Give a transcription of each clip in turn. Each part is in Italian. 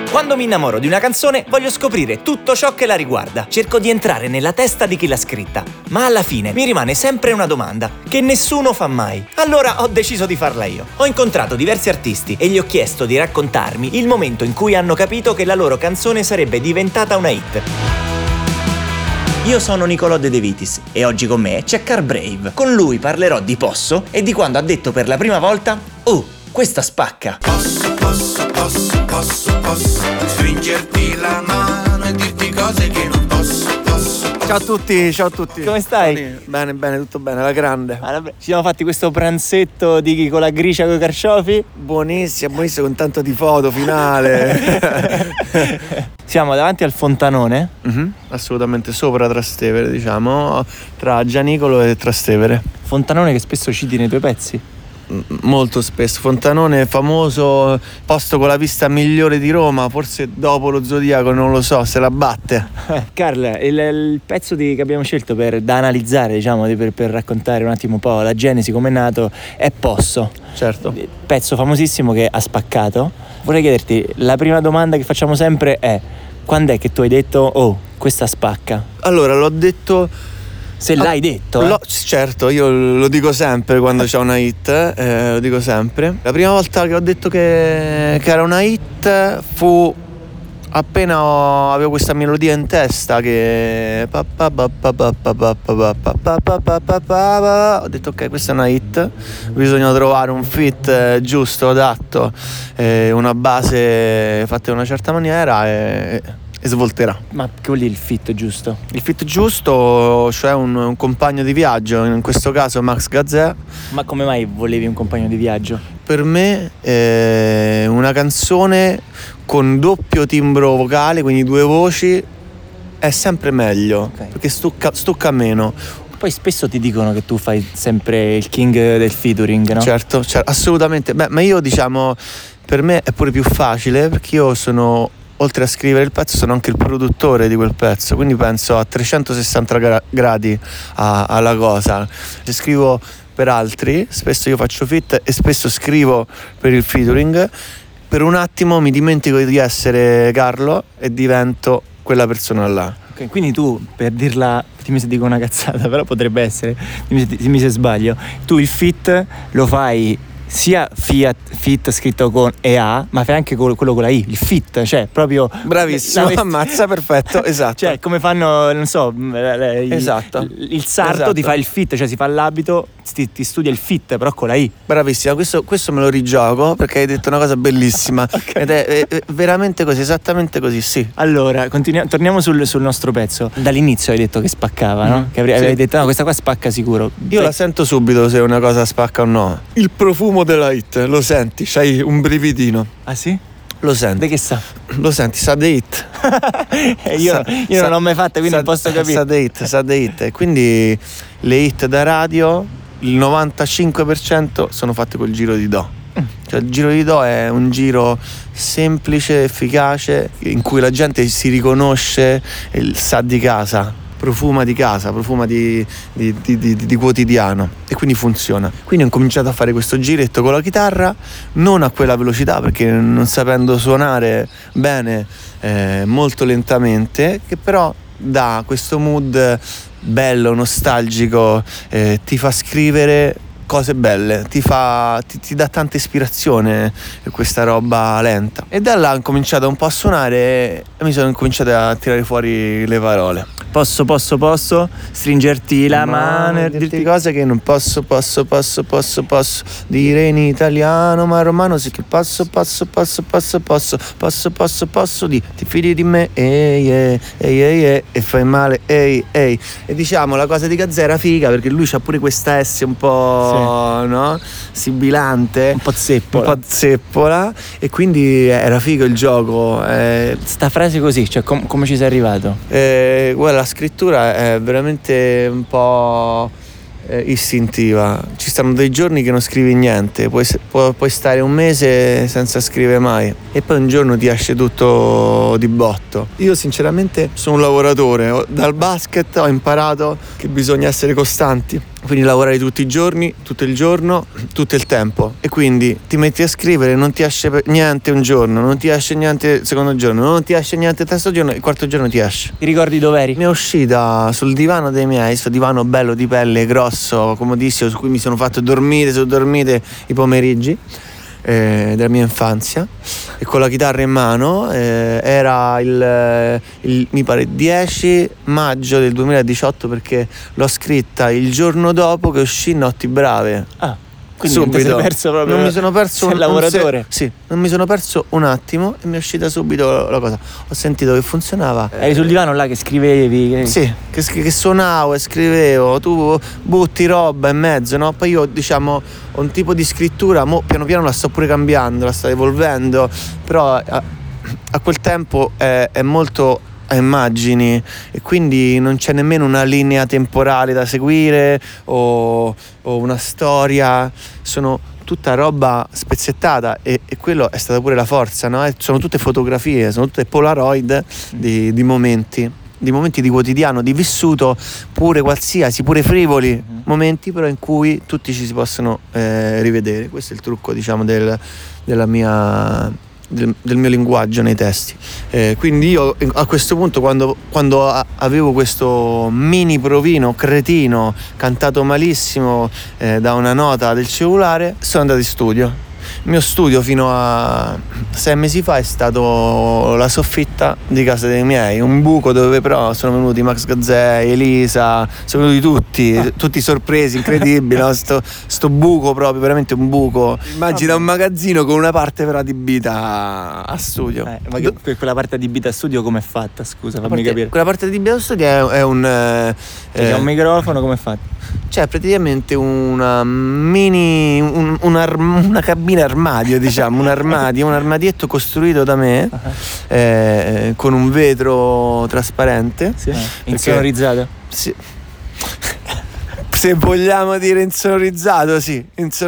Quando mi innamoro di una canzone voglio scoprire tutto ciò che la riguarda. Cerco di entrare nella testa di chi l'ha scritta. Ma alla fine mi rimane sempre una domanda che nessuno fa mai. Allora ho deciso di farla io. Ho incontrato diversi artisti e gli ho chiesto di raccontarmi il momento in cui hanno capito che la loro canzone sarebbe diventata una hit. Io sono Nicolò De Vitis e oggi con me c'è Car Brave. Con lui parlerò di Posso e di quando ha detto per la prima volta: "Oh, questa spacca". Posso stringerti la mano e dirti cose che non posso. Ciao a tutti. Come stai? Bene, tutto bene, alla grande. Ci siamo fatti questo pranzetto con la gricia con i carciofi. Buonissimo, con tanto di foto finale. Siamo davanti al fontanone. Assolutamente sopra Trastevere, diciamo, tra Gianicolo e Trastevere. Fontanone che spesso citi nei tuoi pezzi. Molto spesso. Fontanone famoso, posto con la vista migliore di Roma, forse dopo lo Zodiaco, non lo so, se la batte. Carla, il pezzo che abbiamo scelto da analizzare, diciamo, per raccontare un attimo un po' la genesi, come è nato, è Posso. Certo. Pezzo famosissimo che ha spaccato. Vorrei chiederti, la prima domanda che facciamo sempre è: quando è che tu hai detto "oh, questa spacca"? Allora, l'ho detto... Se l'hai detto, certo, io lo dico sempre quando c'è una hit, lo dico sempre. La prima volta che ho detto che era una hit fu appena avevo questa melodia in testa che ho detto ok, questa è una hit, bisogna trovare un fit giusto, adatto, una base fatta in una certa maniera e svolterà. Ma che vuol dire il fit giusto? Il fit giusto, cioè un compagno di viaggio, in questo caso Max Gazzè. Ma come mai volevi un compagno di viaggio? Per me una canzone con doppio timbro vocale, quindi due voci, è sempre meglio, okay, perché stucca meno. Poi spesso ti dicono che tu fai sempre il king del featuring, no? Certo, assolutamente. Ma io, diciamo, per me è pure più facile, perché io sono... oltre a scrivere il pezzo sono anche il produttore di quel pezzo, quindi penso a 360 gradi alla cosa. Se scrivo per altri, spesso io faccio feat e spesso scrivo per il featuring, per un attimo mi dimentico di essere Carlo e divento quella persona là. Okay, quindi tu, per dirla, dimmi se dico una cazzata, però potrebbe essere, dimmi se sbaglio, tu il feat lo fai sia fit scritto con EA, ma fai anche quello con la I, il fit, cioè proprio... Bravissimo, ammazza, perfetto, esatto. Cioè, come fanno, non so, esatto. Il sarto, esatto, ti fa il fit, cioè si fa l'abito, ti studia il fit, però con la I. Bravissima, questo me lo rigioco perché hai detto una cosa bellissima. Okay. Ed è veramente così, esattamente così, sì. Allora, torniamo sul nostro pezzo. Dall'inizio hai detto che spaccava, no? Che avevi detto, no, questa qua spacca sicuro. Io la sento subito se una cosa spacca o no. Il profumo della hit, lo senti, c'hai un brividino. Ah sì? Lo senti. De che sa? Lo senti, sa de hit. io non l'ho mai fatta, quindi non posso capire. Sa de hit. E quindi le hit da radio, il 95% sono fatte col giro di do. Cioè il giro di do è un giro semplice, efficace, in cui la gente si riconosce, sa di casa. Profuma di casa, profuma di quotidiano, e quindi funziona. Quindi ho cominciato a fare questo giretto con la chitarra, non a quella velocità, perché non sapendo suonare bene, molto lentamente, che però dà questo mood bello, nostalgico, ti fa scrivere cose belle, ti dà tanta ispirazione questa roba lenta. E da là ho cominciato un po' a suonare e mi sono cominciato a tirare fuori le parole. Posso stringerti la mano e dirti cose che non posso dire in italiano, ma romano sì che posso di ti fidi di me, e fai male, e diciamo la cosa di Gazzè era figa perché lui c'ha pure questa S un po', sì, no? Sibilante, un po' zeppola, e quindi era figo il gioco. Sta frase così, cioè come ci sei arrivato? Guarda, la scrittura è veramente un po' istintiva. Ci stanno dei giorni che non scrivi niente, puoi stare un mese senza scrivere mai e poi un giorno ti esce tutto di botto. Io sinceramente sono un lavoratore, dal basket ho imparato che bisogna essere costanti Quindi lavorai tutti i giorni, tutto il giorno, tutto il tempo, e quindi ti metti a scrivere, non ti esce niente un giorno, non ti esce niente il secondo giorno, non ti esce niente il terzo giorno, il quarto giorno ti esce. Ti ricordi dov'eri? Mi è uscita sul divano dei miei, sto divano bello di pelle, grosso, comodissimo, su cui mi sono fatto dormire i pomeriggi della mia infanzia, e con la chitarra in mano. Era il mi pare 10 maggio del 2018, perché l'ho scritta il giorno dopo che uscì Notti Brave. Quindi subito. non ti sei perso proprio. Non mi sono perso un lavoratore. sì, non mi sono perso un attimo e mi è uscita subito la cosa. Ho sentito che funzionava. Eri sul divano là che scrivevi? Sì, che suonavo e scrivevo, tu butti roba in mezzo, no? Poi io, diciamo, ho un tipo di scrittura, mo piano piano la sto pure cambiando, la sto evolvendo, però a quel tempo è molto a immagini, e quindi non c'è nemmeno una linea temporale da seguire o una storia, sono tutta roba spezzettata, e quello è stata pure la forza, no? Sono tutte fotografie, sono tutte Polaroid di momenti di quotidiano, di vissuto, pure qualsiasi, pure frivoli momenti, però in cui tutti ci si possono rivedere. Questo è il trucco, diciamo, del mio linguaggio nei testi. Quindi io a questo punto, quando avevo questo mini provino cretino cantato malissimo da una nota del cellulare, sono andato in studio. Il mio studio fino a 6 mesi fa è stato la soffitta di casa dei miei, un buco dove però sono venuti Max Gazzè, Elisa, sono venuti tutti sorpresi, incredibile, no? sto buco proprio, veramente un buco. Immagina un magazzino con una parte però adibita a studio. Ma quella parte adibita a studio com'è fatta? Scusa, fammi capire. Quella parte adibita a studio è un... C'è un microfono, com'è fatto? C'è praticamente una mini una cabina armadio, diciamo, un armadietto costruito da me, con un vetro trasparente, insonorizzato. Sì. Se vogliamo dire insonorizzato, sì,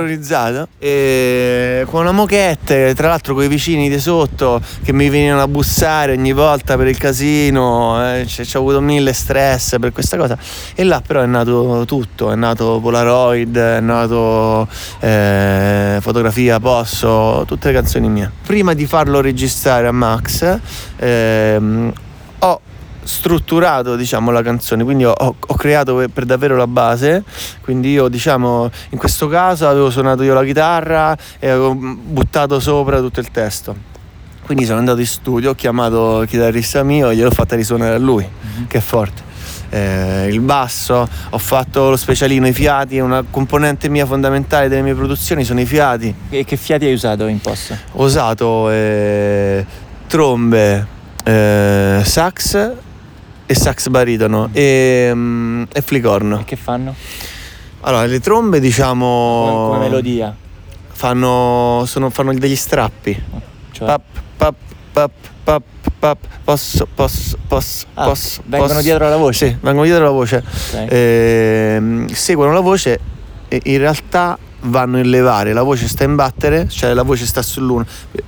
e con una moquette, tra l'altro con i vicini di sotto che mi venivano a bussare ogni volta per il casino, ci ho avuto 1000 stress per questa cosa, e là però è nato tutto, è nato Polaroid, è nato Fotografia Posso, tutte le canzoni mie. Prima di farlo registrare a Max ho strutturato, diciamo, la canzone, quindi ho creato per davvero la base, quindi io, diciamo, in questo caso avevo suonato io la chitarra e avevo buttato sopra tutto il testo, quindi sono andato in studio, ho chiamato il chitarrista mio e gliel'ho fatta risuonare a lui, che è forte. Il basso, ho fatto lo specialino, i fiati, una componente mia fondamentale delle mie produzioni sono i fiati. E che fiati hai usato in posto? Ho usato trombe, sax e sax baritono e flicorno. E che fanno? Allora, le trombe, diciamo, come melodia fanno degli strappi, cioè? pap pap pap pap pap, posso vengono dietro alla voce? Sì, vengono dietro alla voce, okay. Seguono la voce e in realtà vanno in levare, la voce sta in battere, cioè la voce sta sull'1,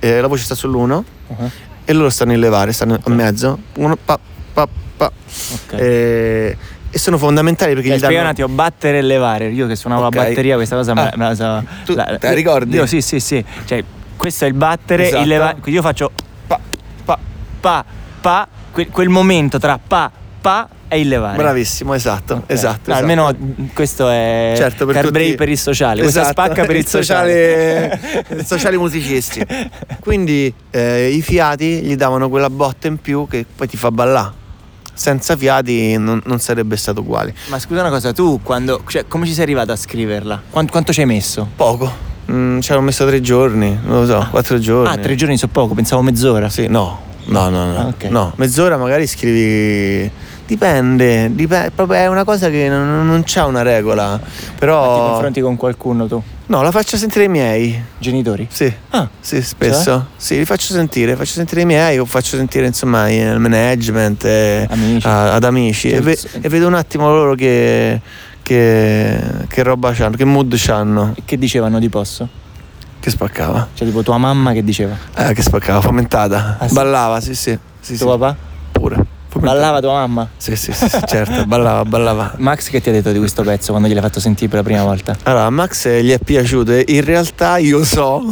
e loro stanno in levare, stanno a mezzo, uno pa pa pa, e sono fondamentali perché gli danno... Spiega un attimo, battere e levare. Io che suonavo la batteria, questa cosa me la so. Tu te la ricordi? Io sì, cioè questo è il battere, esatto. Il levare, quindi io faccio pa pa pa pa, quel momento tra pa è il levare. Bravissimo, esatto, okay. Esatto. Almeno questo è, certo, per tutti... per il sociale, esatto. Questa spacca per il sociale musicisti. Quindi i fiati gli davano quella botta in più che poi ti fa ballare. Senza fiati non sarebbe stato uguale. Ma scusa una cosa, tu come ci sei arrivato a scriverla? Quanto ci hai messo? Poco. Ci avevo messo 3 giorni, non lo so, 4 giorni. 3 giorni so poco, pensavo mezz'ora. Sì, no. Okay. No, mezz'ora magari scrivi. Dipende, proprio è una cosa che non c'ha una regola. Però. Ma ti confronti con qualcuno tu? No, la faccio sentire i miei genitori? Sì. Sì, spesso. Cioè? Sì, li faccio sentire i miei, o faccio sentire insomma il management, amici. Ad amici, e vedo un attimo loro che roba c'hanno, che mood c'hanno. E che dicevano di Posso? Che spaccava. Cioè tipo tua mamma che diceva? Che spaccava, fomentata. Sì? Ballava, sì. Tuo papà? Pure. Ballava tua mamma? Sì, certo, ballava. Max, che ti ha detto di questo pezzo quando gliel'hai fatto sentire per la prima volta? Allora, a Max gli è piaciuto. In realtà io so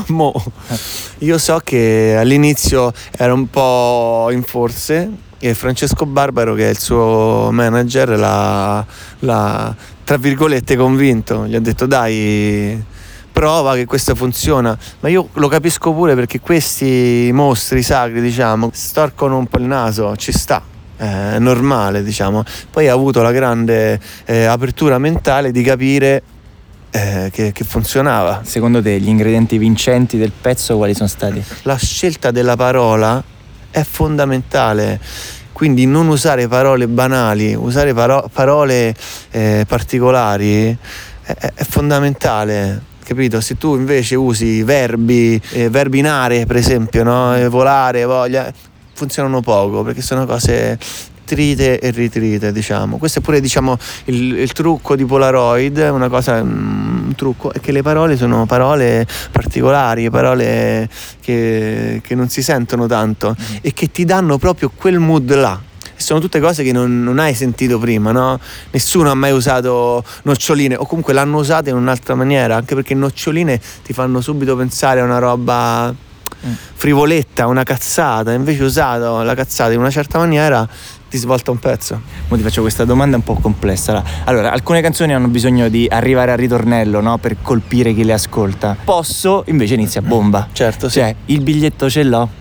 che all'inizio era un po' in forze e Francesco Barbaro, che è il suo manager, l'ha tra virgolette convinto. Gli ha detto: dai, prova che questo funziona. Ma io lo capisco pure, perché questi mostri sacri, diciamo, storcono un po' il naso, ci sta, è normale, diciamo. Poi ha avuto la grande apertura mentale di capire che funzionava. Secondo te gli ingredienti vincenti del pezzo quali sono stati? La scelta della parola è fondamentale, quindi non usare parole banali, usare parole particolari è fondamentale, capito? Se tu invece usi verbi in aree, per esempio, no? Volare, voglia, funzionano poco, perché sono cose trite e ritrite, diciamo. Questo è pure, diciamo, il trucco di Polaroid. Un trucco è che le parole sono parole particolari, parole che non si sentono tanto e che ti danno proprio quel mood là. Sono tutte cose che non hai sentito prima, no? Nessuno ha mai usato noccioline, o comunque l'hanno usata in un'altra maniera, anche perché noccioline ti fanno subito pensare a una roba frivoletta, una cazzata. Invece usato la cazzata in una certa maniera ti svolta un pezzo. Ora ti faccio questa domanda un po' complessa. Allora, alcune canzoni hanno bisogno di arrivare al ritornello, no? Per colpire chi le ascolta. Posso, invece, inizia bomba. Certo, sì. Cioè, il biglietto ce l'ho.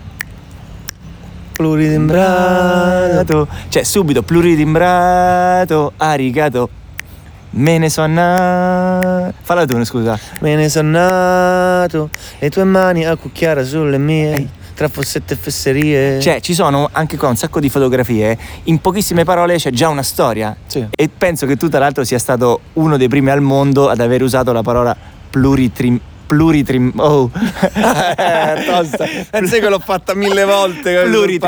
Pluritimbrato. Cioè, subito pluritimbrato, arigato. Me ne so nato. Falla tu, scusa. Me ne so nato, le tue mani a cucchiara sulle mie, tra fossette e fesserie. Cioè, ci sono anche qua un sacco di fotografie. In pochissime parole c'è già una storia. Sì. E penso che tu, tra l'altro, sia stato uno dei primi al mondo ad aver usato la parola pluritimbrato. Tosta. Pensi che l'ho fatta 1000 volte.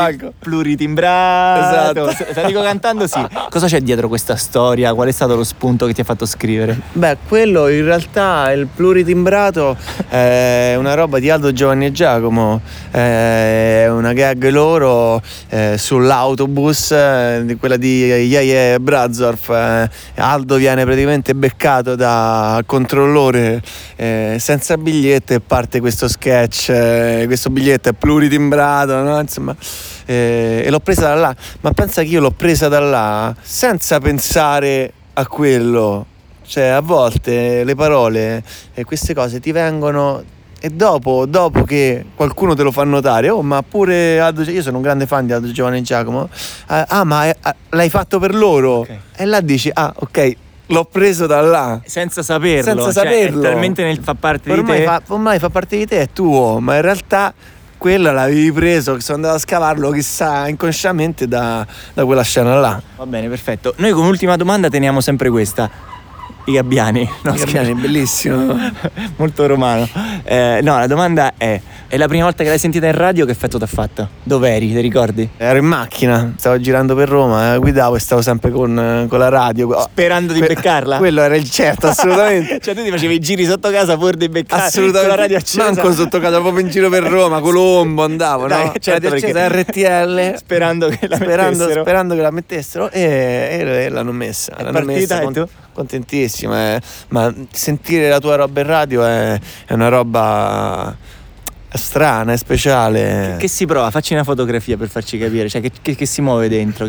Pluritimbrato. Esatto. Sta dico cantando, sì. Cosa c'è dietro questa storia? Qual è stato lo spunto che ti ha fatto scrivere? Beh, quello in realtà, il pluritimbrato, è una roba di Aldo, Giovanni e Giacomo. È una gag loro sull'autobus, quella di Yeye Brazorf. Aldo viene praticamente beccato da controllore senza biglietto, e parte questo sketch. Questo biglietto è pluritimbrato, no? Insomma, e l'ho presa da là. Ma pensa che io l'ho presa da là senza pensare a quello. Cioè, a volte le parole e queste cose ti vengono, e dopo che qualcuno te lo fa notare: oh, ma pure Aldo, io sono un grande fan di Aldo, Giovanni e Giacomo. Ma l'hai fatto per loro? Okay. E là dici: ah, ok, l'ho preso da là. Senza saperlo. Senza saperlo. È talmente fa parte di te. Ormai fa parte di te, è tuo, ma in realtà quello l'avevi preso, che sono andato a scavarlo, chissà, inconsciamente da quella scena là. Va bene, perfetto. Noi come ultima domanda teniamo sempre questa. I gabbiani. No, I gabbiani, bellissimo. Molto romano. No, la domanda è la prima volta che l'hai sentita in radio, che effetto ti ha fatto? Dov'eri, ti ricordi? Ero in macchina, stavo girando per Roma, guidavo e stavo sempre con la radio. Sperando di beccarla? Quello era il certo, assolutamente. Cioè tu ti facevi i giri sotto casa pur di beccarla? Assolutamente. Con la radio accesa? Manco sotto casa, proprio in giro per Roma, Colombo andavo, dai, no? Certo, radio accesa, RTL. Sperando che la mettessero. Sperando che la mettessero, e l'hanno messa. È partita, e tu? Contentissimo, ma sentire la tua roba in radio è una roba strana, è speciale. Che si prova? Facci una fotografia per farci capire, cioè che si muove dentro.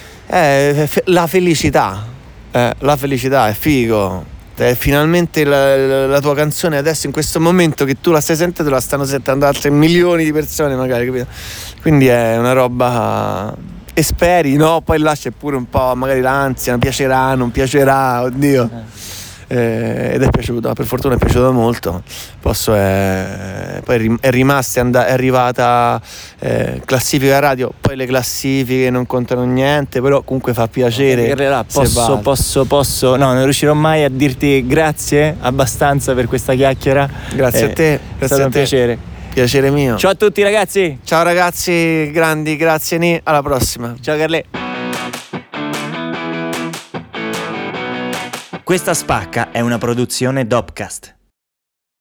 La felicità, la felicità è figo. Finalmente la tua canzone adesso, in questo momento che tu la stai sentendo, la stanno sentendo altre milioni di persone magari, capito? Quindi è una roba. E speri, no? Poi là c'è pure un po' magari l'ansia, piacerà, non piacerà, oddio. Ed è piaciuto, per fortuna è piaciuto molto. Poi è rimasta, è arrivata classifica radio. Poi le classifiche non contano niente, però comunque fa piacere. Posso. No, non riuscirò mai a dirti grazie abbastanza per questa chiacchiera. Grazie a te, è stato un piacere. Piacere mio. Ciao a tutti ragazzi. Ciao ragazzi grandi, grazie Ni, alla prossima. Ciao Carle. Questa Spacca è una produzione Dopcast.